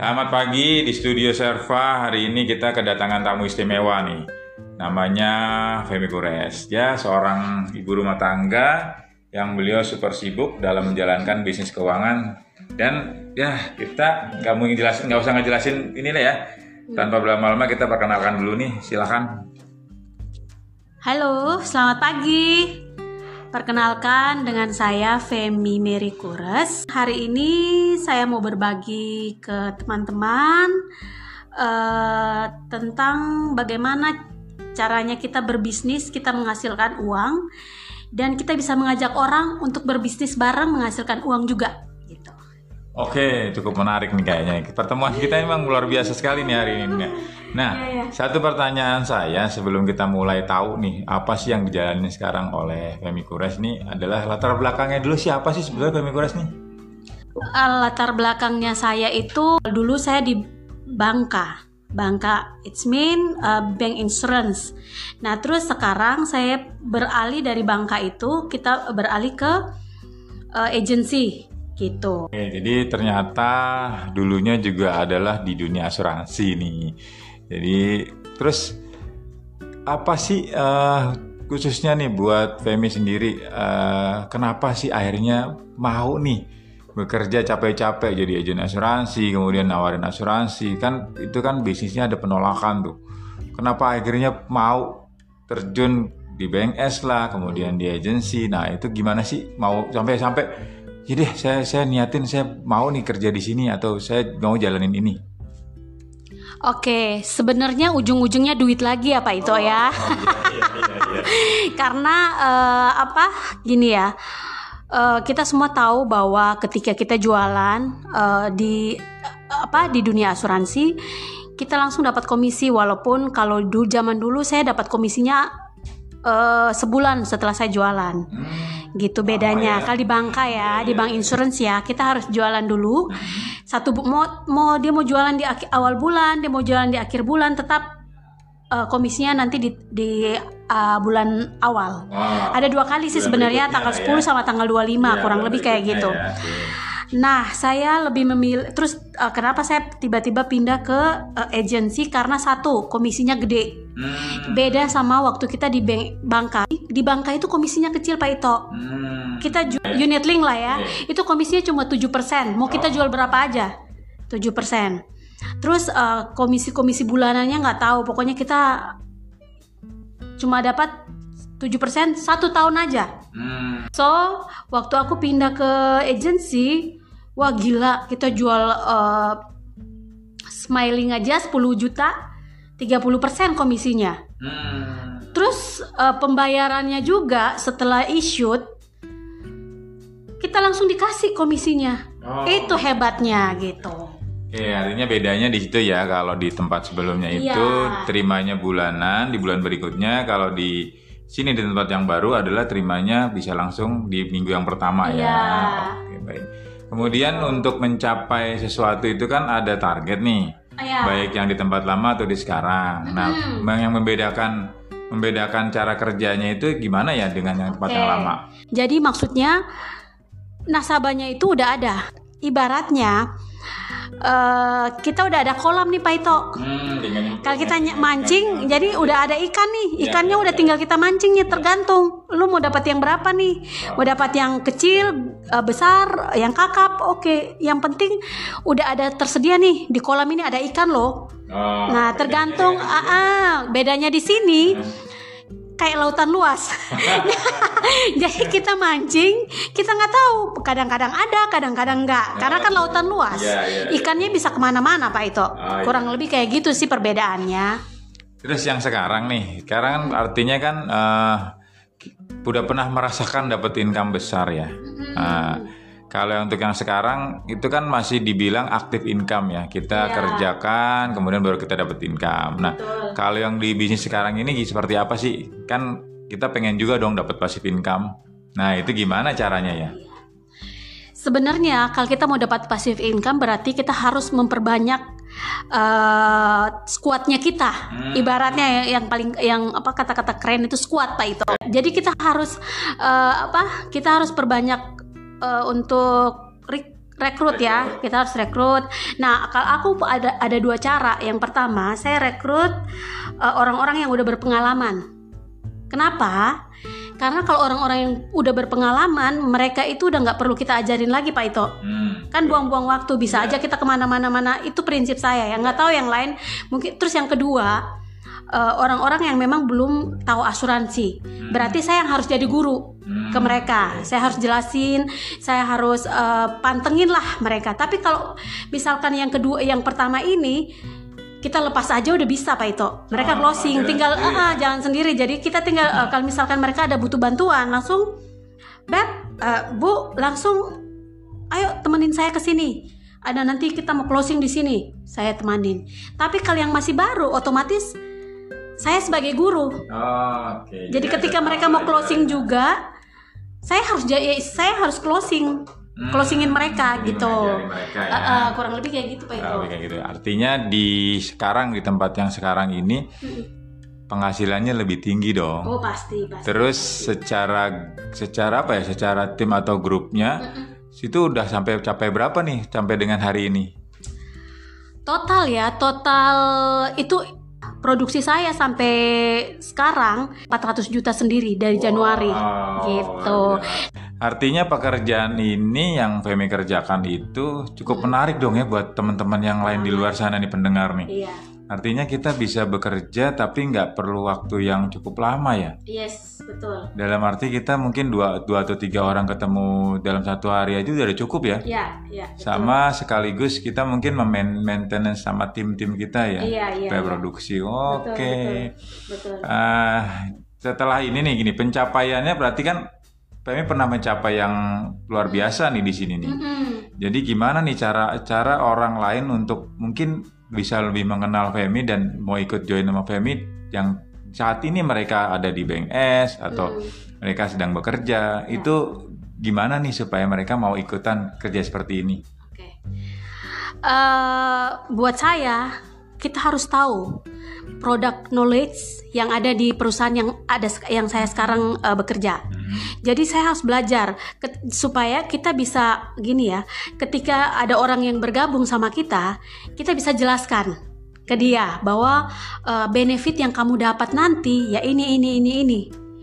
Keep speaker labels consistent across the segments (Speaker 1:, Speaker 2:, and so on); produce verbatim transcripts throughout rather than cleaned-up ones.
Speaker 1: Selamat pagi di Studio Serva. Hari ini kita kedatangan tamu istimewa nih. Namanya Femi Kures. Ya, seorang ibu rumah tangga yang beliau super sibuk dalam menjalankan bisnis keuangan. Dan ya, kita nggak mau ngejelasin, nggak usah ngejelasin inilah ya. Tanpa berlama-lama kita perkenalkan dulu nih. Silakan.
Speaker 2: Halo, selamat pagi. Perkenalkan dengan saya Femi Mary Kures. Hari ini saya mau berbagi ke teman-teman uh, tentang bagaimana caranya kita berbisnis, kita menghasilkan uang, dan kita bisa mengajak orang untuk berbisnis bareng menghasilkan uang juga. Gitu.
Speaker 1: Oke, cukup menarik nih kayaknya. Pertemuan kita memang luar biasa sekali nih hari ini. Nah, ya, ya. Satu pertanyaan saya sebelum kita mulai tahu nih apa sih yang dijalani sekarang oleh Femi Kures nih adalah latar belakangnya dulu. Siapa sih sebetulnya Femi Kures nih?
Speaker 2: Latar belakangnya saya itu dulu saya di Bangka. Bangka, it's mean uh, bank insurance. Nah, terus sekarang saya beralih dari Bangka itu kita beralih ke uh, agency gitu.
Speaker 1: Oke, jadi ternyata dulunya juga adalah di dunia asuransi nih. Jadi terus apa sih uh, khususnya nih buat Femi sendiri, uh, kenapa sih akhirnya mau nih bekerja capek-capek jadi agen asuransi, kemudian nawarin asuransi, kan itu kan bisnisnya ada penolakan tuh. Kenapa akhirnya mau terjun di B N S lah, kemudian di agensi. Nah itu gimana sih mau sampai-sampai jadi saya saya niatin saya mau nih kerja di sini atau saya mau jalanin ini.
Speaker 2: Oke, sebenarnya ujung-ujungnya duit lagi ya Pak Ito oh, ya. Oh, iya, iya, iya, iya. Karena uh, apa gini ya, uh, kita semua tahu bahwa ketika kita jualan uh, di uh, apa di dunia asuransi, kita langsung dapat komisi. Walaupun kalau dulu zaman dulu saya dapat komisinya uh, sebulan setelah saya jualan. Hmm. Gitu bedanya. Oh, ya. Kalau di Bangka ya, di bank insurance ya, kita harus jualan dulu. Satu mau mau dia mau jualan di akhir, awal bulan, dia mau jualan di akhir bulan, tetap uh, komisinya nanti di di uh, bulan awal. Wow. Ada dua kali sih sebenarnya, tanggal sepuluh ya. Sama tanggal dua puluh lima ya, kurang lebih kayak gitu. Ya, nah, saya lebih memilih terus uh, kenapa saya tiba-tiba pindah ke uh, agency karena satu, komisinya gede. Hmm. Beda sama waktu kita di bank, Bangka. Di Bangka itu komisinya kecil Pak Ito. Hmm. Kita ju- unit link lah ya. Yeah. Itu komisinya cuma tujuh persen. Mau kita jual berapa aja? tujuh persen. Terus uh, komisi-komisi bulanannya nggak tahu. Pokoknya kita cuma dapat tujuh persen satu tahun aja. Hmm. So, waktu aku pindah ke agency, wah gila, kita jual uh, smiling aja sepuluh juta, tiga puluh persen komisinya. Hmm. Terus uh, pembayarannya juga setelah issued, kita langsung dikasih komisinya. Oh. Itu hebatnya gitu.
Speaker 1: Oke, artinya bedanya di situ ya. Kalau di tempat sebelumnya itu yeah. terimanya bulanan, di bulan berikutnya. Kalau di sini di tempat yang baru adalah terimanya bisa langsung di minggu yang pertama yeah. ya. Oke, baik. Kemudian untuk mencapai sesuatu itu kan ada target nih. Yeah. Baik yang di tempat lama atau di sekarang. Mm-hmm. Nah, yang membedakan membedakan cara kerjanya itu gimana ya dengan yang tempat okay. yang lama?
Speaker 2: Jadi maksudnya nasabahnya itu udah ada. Ibaratnya Uh, kita udah ada kolam nih Pak Ito. Hmm, kalau kita ny- mancing, ya. Jadi udah ada ikan nih. Ikannya ya, udah ya, tinggal kita mancing ya, tergantung. Lu mau dapat yang berapa nih? Wow. Mau dapat yang kecil, uh, besar, yang kakap, oke. Okay. Yang penting udah ada tersedia nih di kolam ini ada ikan loh. Oh, nah tergantung. Bedanya, ah, ah, bedanya di sini. Hmm. Kayak lautan luas. Jadi kita mancing, kita nggak tahu. Kadang-kadang ada, kadang-kadang nggak. Karena kan lautan luas. Yeah, yeah, ikannya yeah. bisa kemana-mana Pak Ito. Oh, kurang yeah. lebih kayak gitu sih perbedaannya.
Speaker 1: Terus yang sekarang nih, sekarang artinya kan uh, udah pernah merasakan dapat income besar ya. Mm-hmm. Uh, Kalau untuk yang sekarang itu kan masih dibilang aktif income ya. Kita yeah. kerjakan kemudian baru kita dapat income. Nah, betul. Kalau yang di bisnis sekarang ini seperti apa sih? Kan kita pengen juga dong dapat passive income. Nah, itu gimana caranya ya?
Speaker 2: Sebenarnya kalau kita mau dapat passive income berarti kita harus memperbanyak uh, squadnya kita. Hmm. Ibaratnya yang paling yang apa kata-kata keren itu squad Pak Ito. Jadi kita harus uh, apa? Kita harus perbanyak uh, untuk rekrut ya, kita harus rekrut. Nah, kalau aku ada ada dua cara. Yang pertama, saya rekrut uh, orang-orang yang udah berpengalaman. Kenapa? Karena kalau orang-orang yang udah berpengalaman, mereka itu udah nggak perlu kita ajarin lagi, Pak Ito. Hmm. Kan buang-buang waktu, bisa yeah. aja kita kemana-mana-mana. Itu prinsip saya. Yang nggak tahu yang lain mungkin. Terus yang kedua, uh, orang-orang yang memang belum tahu asuransi. Hmm. Berarti saya yang harus jadi guru hmm. ke mereka. Saya harus jelasin, saya harus uh, pantengin lah mereka. Tapi kalau misalkan yang kedua, yang pertama ini kita lepas aja udah bisa, Pak Ito. Mereka oh, closing, tinggal uh, uh, jalan sendiri. Jadi kita tinggal uh, kalau misalkan mereka ada butuh bantuan, langsung, Beb, uh, Bu, langsung, ayo temenin saya ke sini. Ada nanti kita mau closing di sini, saya temanin. Tapi kalau yang masih baru, otomatis saya sebagai guru. Oh, okay. Jadi ya, ketika mereka mau closing ya. juga, saya harus saya harus closing. Hmm, closingin mereka gitu, mereka, ya. uh, uh, kurang lebih kayak gitu Pak Ito.
Speaker 1: Kayak gitu. Artinya di sekarang di tempat yang sekarang ini hmm. penghasilannya lebih tinggi dong.
Speaker 2: Oh pasti. pasti
Speaker 1: Terus
Speaker 2: pasti.
Speaker 1: secara secara apa ya? Secara tim atau grupnya, hmm. situ udah sampai capai berapa nih sampai dengan hari ini?
Speaker 2: Total ya, total itu produksi saya sampai sekarang empat ratus juta sendiri dari Januari, wow, gitu.
Speaker 1: Ya. Artinya pekerjaan ini yang Femi kerjakan itu cukup hmm. menarik dong ya buat teman-teman yang lain di luar sana nih pendengar nih. Iya. Artinya kita bisa bekerja tapi nggak perlu waktu yang cukup lama ya.
Speaker 2: Yes, betul.
Speaker 1: Dalam arti kita mungkin dua, dua atau tiga orang ketemu dalam satu hari aja udah cukup ya.
Speaker 2: Iya, iya.
Speaker 1: Sama sekaligus kita mungkin memaintenance sama tim-tim kita ya.
Speaker 2: Iya, iya.
Speaker 1: Supaya
Speaker 2: iya.
Speaker 1: produksi. Oke. Okay.
Speaker 2: Betul. betul.
Speaker 1: Uh, setelah ini nih gini pencapaiannya berarti kan Femi pernah mencapai yang luar biasa nih di sini nih. Mm-hmm. Jadi gimana nih cara cara orang lain untuk mungkin bisa lebih mengenal Femi dan mau ikut join sama Femi yang saat ini mereka ada di Bank S atau mm. mereka sedang bekerja, ya. Itu gimana nih supaya mereka mau ikutan kerja seperti ini?
Speaker 2: Oke. Okay. Uh, buat saya kita harus tahu product knowledge yang ada di perusahaan yang ada yang saya sekarang uh, bekerja. Hmm. Jadi saya harus belajar ke, supaya kita bisa gini ya. Ketika ada orang yang bergabung sama kita, kita bisa jelaskan ke dia bahwa uh, benefit yang kamu dapat nanti ya ini ini ini ini.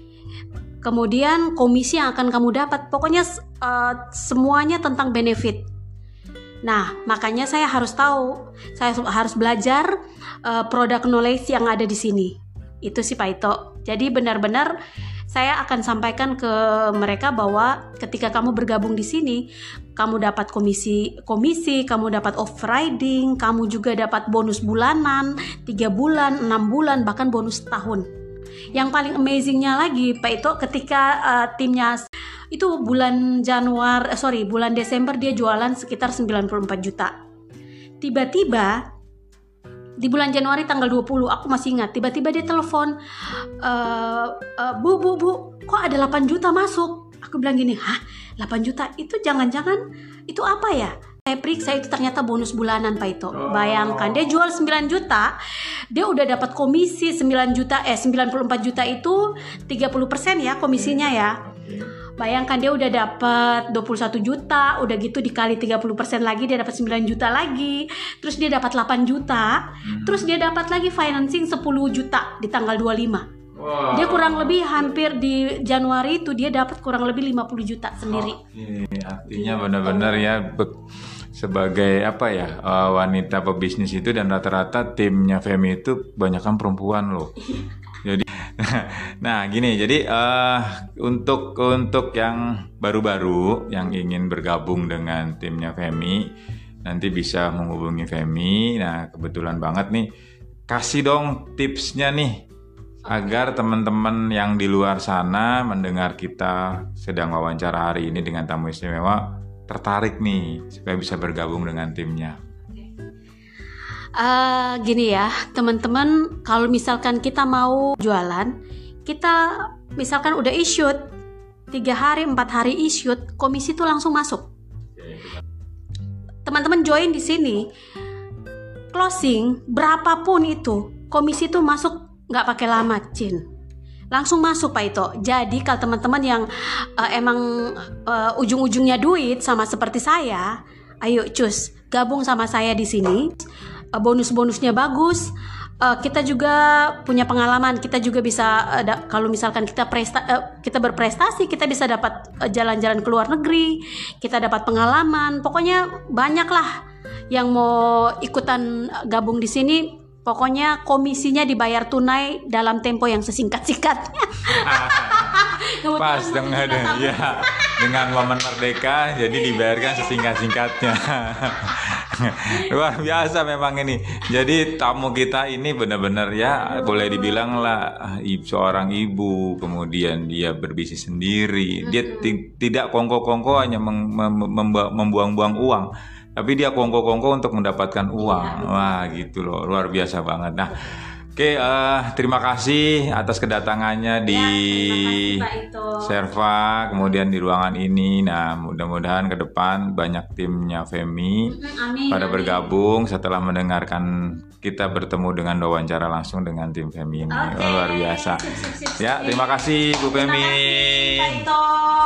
Speaker 2: Kemudian komisi yang akan kamu dapat, pokoknya uh, semuanya tentang benefit. Nah, makanya saya harus tahu, saya harus belajar uh, product knowledge yang ada di sini. Itu sih Pak Ito. Jadi benar-benar saya akan sampaikan ke mereka bahwa ketika kamu bergabung di sini, kamu dapat komisi, komisi, kamu dapat overriding, kamu juga dapat bonus bulanan, tiga bulan, enam bulan, bahkan bonus tahun. Yang paling amazingnya lagi Pak Ito, ketika uh, timnya itu bulan Januari, sorry bulan Desember dia jualan sekitar sembilan puluh empat juta. Tiba-tiba di bulan Januari tanggal dua puluh, aku masih ingat, tiba-tiba dia telepon, e, e, bu bu bu kok ada delapan juta masuk. Aku bilang gini, hah delapan juta itu jangan-jangan itu apa ya? Saya periksa itu ternyata bonus bulanan Pak Ito. Bayangkan dia jual sembilan juta, dia udah dapat komisi sembilan juta, eh sembilan puluh empat juta itu tiga puluh persen ya komisinya ya. Bayangkan dia udah dapat dua puluh satu juta, udah gitu dikali tiga puluh persen lagi dia dapat sembilan juta lagi. Terus dia dapat delapan juta, hmm. terus dia dapat lagi financing sepuluh juta di tanggal dua puluh lima. Wow. Dia kurang lebih hampir di Januari itu dia dapat kurang lebih lima puluh juta sendiri. Oke,
Speaker 1: artinya benar-benar ya be- sebagai apa ya uh, wanita pebisnis itu dan rata-rata timnya Femi itu kebanyakan perempuan loh. Jadi, nah gini, jadi uh, untuk untuk yang baru-baru yang ingin bergabung dengan timnya Femi, nanti bisa menghubungi Femi. Nah kebetulan banget nih, kasih dong tipsnya nih agar teman-teman yang di luar sana mendengar kita sedang wawancara hari ini dengan tamu istimewa tertarik nih supaya bisa bergabung dengan timnya.
Speaker 2: Uh, gini ya teman-teman, kalau misalkan kita mau jualan, kita misalkan udah issued tiga hari, empat hari issued, komisi itu langsung masuk. Teman-teman join di sini, closing berapapun itu, komisi itu masuk nggak pakai lama, Cin. Langsung masuk Pak Ito. Jadi kalau teman-teman yang uh, emang uh, ujung-ujungnya duit sama seperti saya, Ayo cus, gabung sama saya di sini. Uh, bonus-bonusnya bagus. Uh, kita juga punya pengalaman. Kita juga bisa uh, da- kalau misalkan kita presta- uh, kita berprestasi, kita bisa dapat uh, jalan-jalan ke luar negeri. Kita dapat pengalaman. Pokoknya banyak lah yang mau ikutan uh, gabung di sini. Pokoknya komisinya dibayar tunai dalam tempo yang sesingkat-singkatnya.
Speaker 1: Pas dengan ya dengan momen merdeka, jadi dibayarkan sesingkat-singkatnya. Luar biasa memang ini. Jadi tamu kita ini benar-benar ya boleh dibilang lah seorang ibu, kemudian dia berbisnis sendiri. Dia t- tidak kongko-kongko hanya mem- mem- mem- membuang-buang uang, tapi dia kongko-kongko untuk mendapatkan uang. Wah gitu loh, luar biasa banget. Nah, oke, uh, terima kasih atas kedatangannya di Serva, kemudian di ruangan ini. Nah, mudah-mudahan ke depan banyak timnya Femi
Speaker 2: Amin,
Speaker 1: pada
Speaker 2: amin.
Speaker 1: bergabung setelah mendengarkan kita bertemu dengan wawancara langsung dengan tim Femi ini.
Speaker 2: Oke.
Speaker 1: Luar biasa.
Speaker 2: Sip, sip, sip,
Speaker 1: Ya,
Speaker 2: sip.
Speaker 1: terima kasih Bu
Speaker 2: Terima
Speaker 1: Femi.
Speaker 2: kasih, Kak Ito.